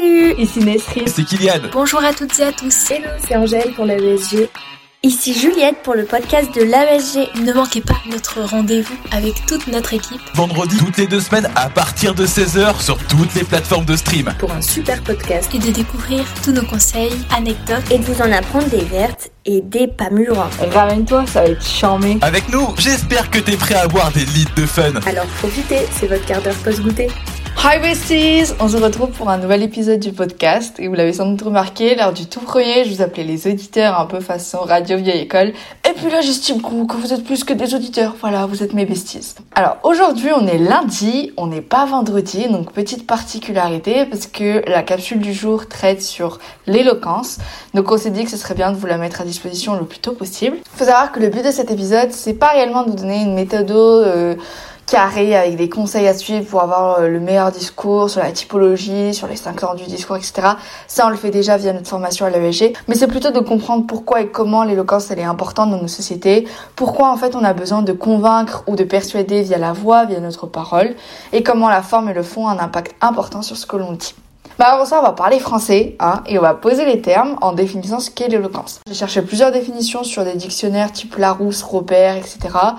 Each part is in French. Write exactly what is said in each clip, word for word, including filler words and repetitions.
Salut, ici Nesrine. C'est Kylian. Bonjour à toutes et à tous. Hello, c'est Angèle pour l'A E S G. Ici Juliette pour le podcast de l'A E S G. Ne manquez pas notre rendez-vous avec toute notre équipe. Vendredi, toutes les deux semaines, à partir de seize heures, sur toutes les plateformes de stream. Pour un super podcast. Et de découvrir tous nos conseils, anecdotes. Et de vous en apprendre des vertes et des pas mûres. Ramène-toi, ça va être charmé. Avec nous, j'espère que t'es prêt à avoir des litres de fun. Alors profitez, c'est votre quart d'heure post-goûter. Hi besties! On se retrouve pour un nouvel épisode du podcast et vous l'avez sans doute remarqué, lors du tout premier, je vous appelais les auditeurs un peu façon radio vieille école. Et puis là, j'estime que vous, que vous êtes plus que des auditeurs. Voilà, vous êtes mes besties. Alors aujourd'hui, on est lundi, on n'est pas vendredi, donc petite particularité parce que la capsule du jour traite sur l'éloquence. Donc on s'est dit que ce serait bien de vous la mettre à disposition le plus tôt possible. Faut savoir que le but de cet épisode, c'est pas réellement de vous donner une méthode euh, carré avec des conseils à suivre pour avoir le meilleur discours sur la typologie, sur les cinq ans du discours, et cetera. Ça, on le fait déjà via notre formation à l'A E S G. Mais c'est plutôt de comprendre pourquoi et comment l'éloquence, elle est importante dans nos sociétés. Pourquoi, en fait, on a besoin de convaincre ou de persuader via la voix, via notre parole. Et comment la forme et le fond ont un impact important sur ce que l'on dit. Bah avant ça, on va parler français, hein, et on va poser les termes en définissant ce qu'est l'éloquence. J'ai cherché plusieurs définitions sur des dictionnaires type Larousse, Robert, et cetera.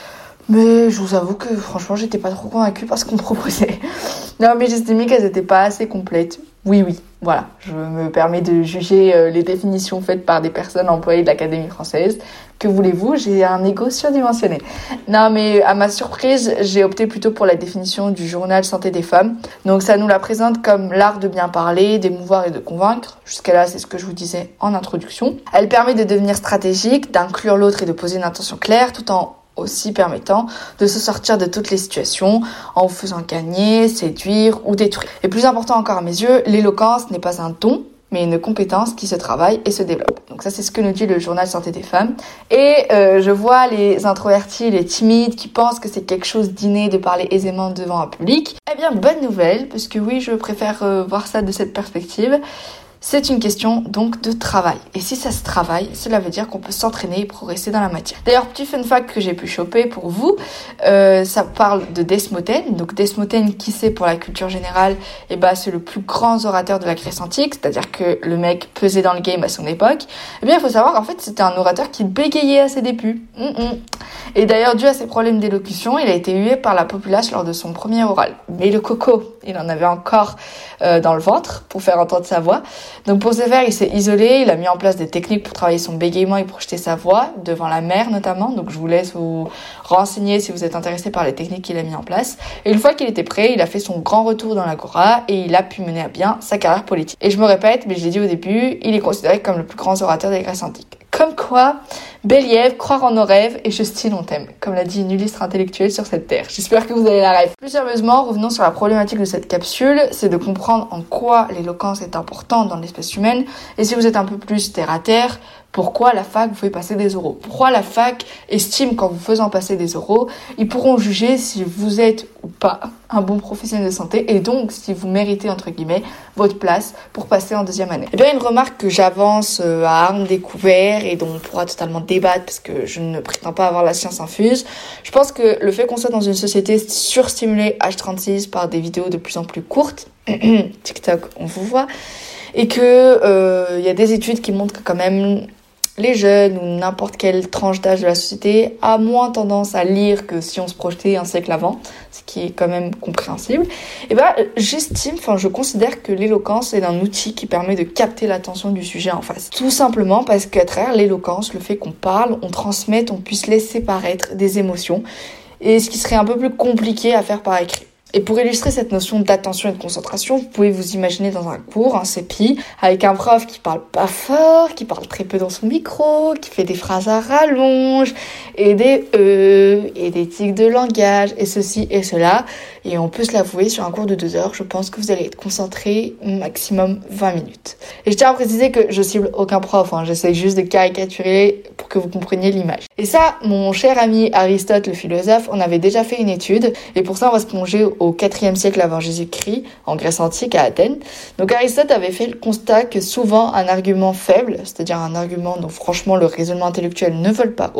Mais je vous avoue que franchement j'étais pas trop convaincue par ce qu'on proposait. Non mais j'estimais qu'elles étaient pas assez complètes. Oui oui, voilà, je me permets de juger les définitions faites par des personnes employées de l'Académie française. Que voulez-vous, j'ai un ego surdimensionné. Non mais à ma surprise, j'ai opté plutôt pour la définition du journal Santé des femmes. Donc ça nous la présente comme l'art de bien parler, d'émouvoir et de convaincre. Jusqu'à là, c'est ce que je vous disais en introduction. Elle permet de devenir stratégique, d'inclure l'autre et de poser une intention claire tout en aussi permettant de se sortir de toutes les situations en vous faisant gagner, séduire ou détruire. Et plus important encore à mes yeux, l'éloquence n'est pas un don, mais une compétence qui se travaille et se développe. Donc ça, c'est ce que nous dit le journal Santé des femmes. Et euh, je vois les introvertis, les timides qui pensent que c'est quelque chose d'inné de parler aisément devant un public. Eh bien, bonne nouvelle, parce que oui, je préfère euh, voir ça de cette perspective. C'est une question donc de travail. Et si ça se travaille, cela veut dire qu'on peut s'entraîner et progresser dans la matière. D'ailleurs, petit fun fact que j'ai pu choper pour vous, euh, ça parle de Desmotène. Donc Desmotène, qui c'est pour la culture générale, eh ben, c'est le plus grand orateur de la Grèce antique, c'est-à-dire que le mec pesait dans le game à son époque. Eh bien, il faut savoir qu'en fait, c'était un orateur qui bégayait à ses débuts. Mm-mm. Et d'ailleurs, dû à ses problèmes d'élocution, il a été hué par la populace lors de son premier oral. Mais le coco, il en avait encore euh, dans le ventre pour faire entendre sa voix. Donc pour ce faire, il s'est isolé, il a mis en place des techniques pour travailler son bégaiement et projeter sa voix, devant la mer notamment. Donc je vous laisse vous renseigner si vous êtes intéressé par les techniques qu'il a mis en place. Et une fois qu'il était prêt, il a fait son grand retour dans l'agora et il a pu mener à bien sa carrière politique. Et je me répète, mais je l'ai dit au début, il est considéré comme le plus grand orateur des Grèces antiques. Comme quoi, Béliève, croire en nos rêves et je style on t'aime, comme l'a dit une illustre intellectuelle sur cette terre. J'espère que vous avez la rêve. Plus sérieusement, revenons sur la problématique de cette capsule, c'est de comprendre en quoi l'éloquence est importante dans l'espèce humaine, et si vous êtes un peu plus terre à terre, pourquoi la fac vous fait passer des oraux. Pourquoi la fac estime qu'en vous faisant passer des oraux, ils pourront juger si vous êtes ou pas un bon professionnel de santé et donc si vous méritez entre guillemets votre place pour passer en deuxième année. Eh bien une remarque que j'avance à armes découvert et dont on pourra totalement débattre parce que je ne prétends pas avoir la science infuse. Je pense que le fait qu'on soit dans une société surstimulée H trente-six par des vidéos de plus en plus courtes, TikTok on vous voit, et que euh, y a des études qui montrent que quand même les jeunes ou n'importe quelle tranche d'âge de la société a moins tendance à lire que si on se projetait un siècle avant, ce qui est quand même compréhensible. Et ben, j'estime, enfin, je considère que l'éloquence est un outil qui permet de capter l'attention du sujet en face. Tout simplement parce qu'à travers l'éloquence, le fait qu'on parle, on transmette, on puisse laisser paraître des émotions, et ce qui serait un peu plus compliqué à faire par écrit. Et pour illustrer cette notion d'attention et de concentration, vous pouvez vous imaginer dans un cours, un C P I, avec un prof qui parle pas fort, qui parle très peu dans son micro, qui fait des phrases à rallonge, et des E, et des tics de langage, et ceci et cela. Et on peut se l'avouer, sur un cours de deux heures, je pense que vous allez être concentré maximum vingt minutes. Et je tiens à préciser que je cible aucun prof, hein, j'essaie juste de caricaturer pour que vous compreniez l'image. Et ça, mon cher ami Aristote, le philosophe, on avait déjà fait une étude, et pour ça on va se plonger au quatrième siècle avant Jésus-Christ, en Grèce antique, à Athènes. Donc Aristote avait fait le constat que souvent un argument faible, c'est-à-dire un argument dont franchement le raisonnement intellectuel ne vole pas haut,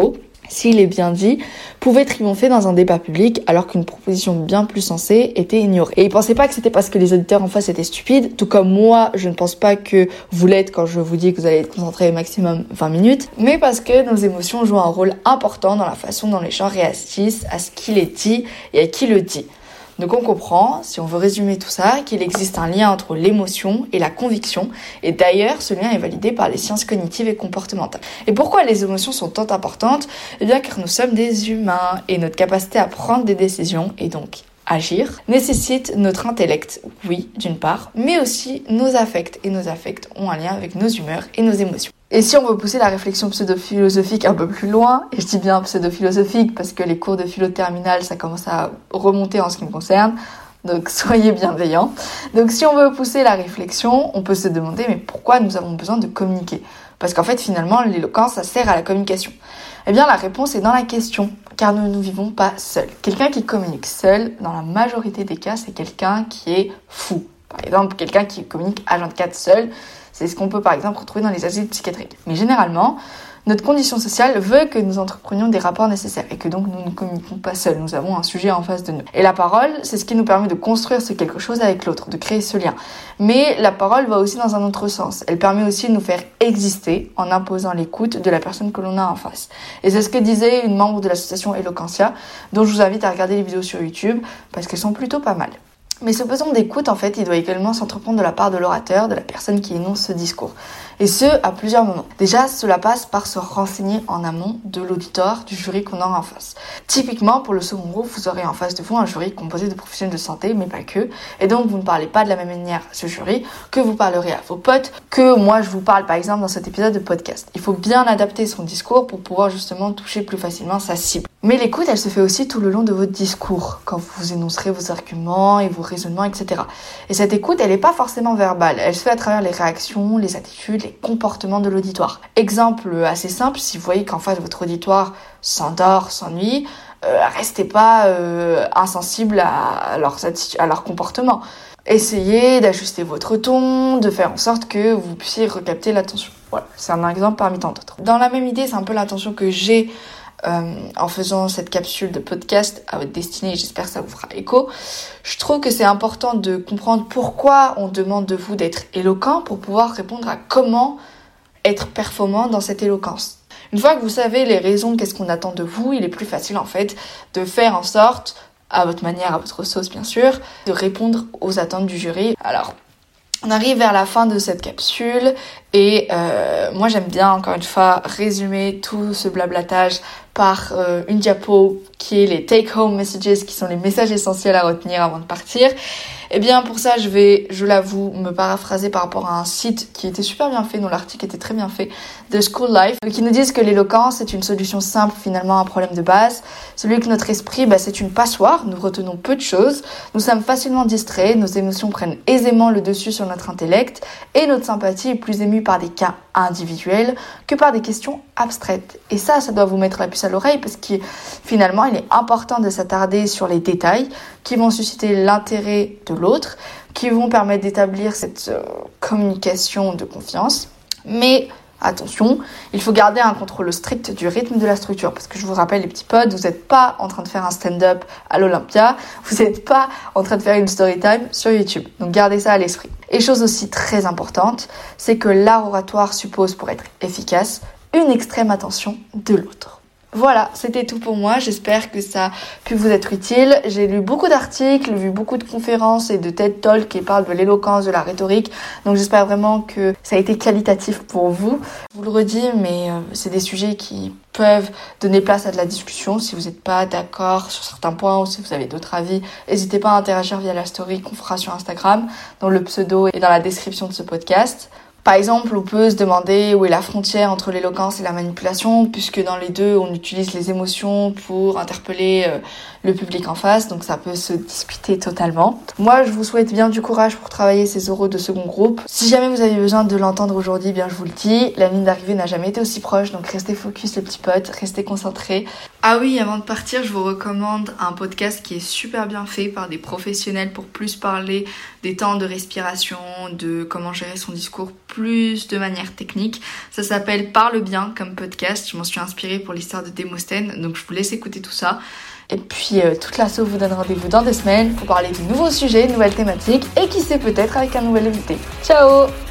s'il est bien dit, pouvait triompher dans un débat public alors qu'une proposition bien plus sensée était ignorée. Et ils pensaient pas que c'était parce que les auditeurs en face étaient stupides, tout comme moi, je ne pense pas que vous l'êtes quand je vous dis que vous allez être concentré maximum vingt minutes, mais parce que nos émotions jouent un rôle important dans la façon dont les gens réagissent à ce qu'il est dit et à qui le dit. Donc on comprend, si on veut résumer tout ça, qu'il existe un lien entre l'émotion et la conviction, et d'ailleurs ce lien est validé par les sciences cognitives et comportementales. Et pourquoi les émotions sont tant importantes ? Eh bien car nous sommes des humains, et notre capacité à prendre des décisions, et donc agir, nécessite notre intellect, oui, d'une part, mais aussi nos affects, et nos affects ont un lien avec nos humeurs et nos émotions. Et si on veut pousser la réflexion pseudo-philosophique un peu plus loin, et je dis bien pseudo-philosophique parce que les cours de philo terminale, ça commence à remonter en ce qui me concerne, donc soyez bienveillants. Donc si on veut pousser la réflexion, on peut se demander mais pourquoi nous avons besoin de communiquer ? Parce qu'en fait finalement l'éloquence ça sert à la communication. Eh bien la réponse est dans la question, car nous ne vivons pas seuls. Quelqu'un qui communique seul, dans la majorité des cas, c'est quelqu'un qui est fou. Par exemple, quelqu'un qui communique H vingt-quatre seul, c'est ce qu'on peut par exemple retrouver dans les asiles psychiatriques. Mais généralement, notre condition sociale veut que nous entreprenions des rapports nécessaires et que donc nous ne communiquons pas seuls, nous avons un sujet en face de nous. Et la parole, c'est ce qui nous permet de construire ce quelque chose avec l'autre, de créer ce lien. Mais la parole va aussi dans un autre sens. Elle permet aussi de nous faire exister en imposant l'écoute de la personne que l'on a en face. Et c'est ce que disait une membre de l'association Eloquentia, dont je vous invite à regarder les vidéos sur YouTube parce qu'elles sont plutôt pas mal. Mais ce besoin d'écoute, en fait, il doit également s'entreprendre de la part de l'orateur, de la personne qui énonce ce discours. Et ce, à plusieurs moments. Déjà, cela passe par se renseigner en amont de l'auditoire, du jury qu'on aura en face. Typiquement, pour le second groupe, vous aurez en face de vous un jury composé de professionnels de santé, mais pas que. Et donc, vous ne parlez pas de la même manière à ce jury que vous parlerez à vos potes, que moi, je vous parle, par exemple, dans cet épisode de podcast. Il faut bien adapter son discours pour pouvoir justement toucher plus facilement sa cible. Mais l'écoute, elle se fait aussi tout le long de votre discours, quand vous énoncerez vos arguments et vos raisonnements, et cetera. Et cette écoute, elle n'est pas forcément verbale. Elle se fait à travers les réactions, les attitudes, les comportements de l'auditoire. Exemple assez simple, si vous voyez qu'en face votre auditoire s'endort, s'ennuie, euh, restez pas euh, insensible à leurs atti- à leur comportement. Essayez d'ajuster votre ton, de faire en sorte que vous puissiez recapter l'attention. Voilà, c'est un exemple parmi tant d'autres. Dans la même idée, c'est un peu l'intention que j'ai Euh, en faisant cette capsule de podcast à votre destinée, et j'espère que ça vous fera écho. Je trouve que c'est important de comprendre pourquoi on demande de vous d'être éloquent pour pouvoir répondre à comment être performant dans cette éloquence. Une fois que vous savez les raisons, qu'est-ce qu'on attend de vous, il est plus facile en fait de faire en sorte, à votre manière, à votre sauce bien sûr, de répondre aux attentes du jury. Alors, on arrive vers la fin de cette capsule et euh, moi j'aime bien encore une fois résumer tout ce blablatage par euh, une diapo qui est les take home messages, qui sont les messages essentiels à retenir avant de partir. Et bien pour ça je vais, je l'avoue, me paraphraser par rapport à un site qui était super bien fait, dont l'article était très bien fait, de School Life, qui nous disent que l'éloquence est une solution simple finalement à un problème de base, celui que notre esprit, bah, c'est une passoire, nous retenons peu de choses, nous sommes facilement distraits, nos émotions prennent aisément le dessus sur notre intellect et notre sympathie est plus émue par des cas individuels que par des questions abstraites. Et ça, ça doit vous mettre la puce à l'oreille parce que finalement il est important de s'attarder sur les détails qui vont susciter l'intérêt de l'autre, qui vont permettre d'établir cette euh, communication de confiance. Mais attention, il faut garder un contrôle strict du rythme de la structure, parce que je vous rappelle les petits potes, vous n'êtes pas en train de faire un stand-up à l'Olympia, vous n'êtes pas en train de faire une story time sur YouTube. Donc gardez ça à l'esprit. Et chose aussi très importante, c'est que l'art oratoire suppose, pour être efficace, une extrême attention de l'autre. Voilà, c'était tout pour moi. J'espère que ça a pu vous être utile. J'ai lu beaucoup d'articles, vu beaucoup de conférences et de TED Talks qui parlent de l'éloquence, de la rhétorique. Donc j'espère vraiment que ça a été qualitatif pour vous. Je vous le redis, mais euh, c'est des sujets qui peuvent donner place à de la discussion. Si vous n'êtes pas d'accord sur certains points ou si vous avez d'autres avis, n'hésitez pas à interagir via la story qu'on fera sur Instagram, dont le pseudo est dans la description de ce podcast. Par exemple, on peut se demander où est la frontière entre l'éloquence et la manipulation, puisque dans les deux, on utilise les émotions pour interpeller euh, le public en face, donc ça peut se discuter totalement. Moi, je vous souhaite bien du courage pour travailler ces oraux de second groupe. Si jamais vous avez besoin de l'entendre aujourd'hui, bien je vous le dis, la ligne d'arrivée n'a jamais été aussi proche, donc restez focus les petits potes, restez concentrés. Ah oui, avant de partir, je vous recommande un podcast qui est super bien fait par des professionnels pour plus parler des temps de respiration, de comment gérer son discours plus de manière technique. Ça s'appelle Parle bien comme podcast. Je m'en suis inspirée pour l'histoire de Démosthène, donc je vous laisse écouter tout ça. Et puis euh, toute l'asso vous donne rendez-vous dans deux semaines pour parler de nouveaux sujets, de nouvelles thématiques et qui sait peut-être avec un nouvel invité. Ciao!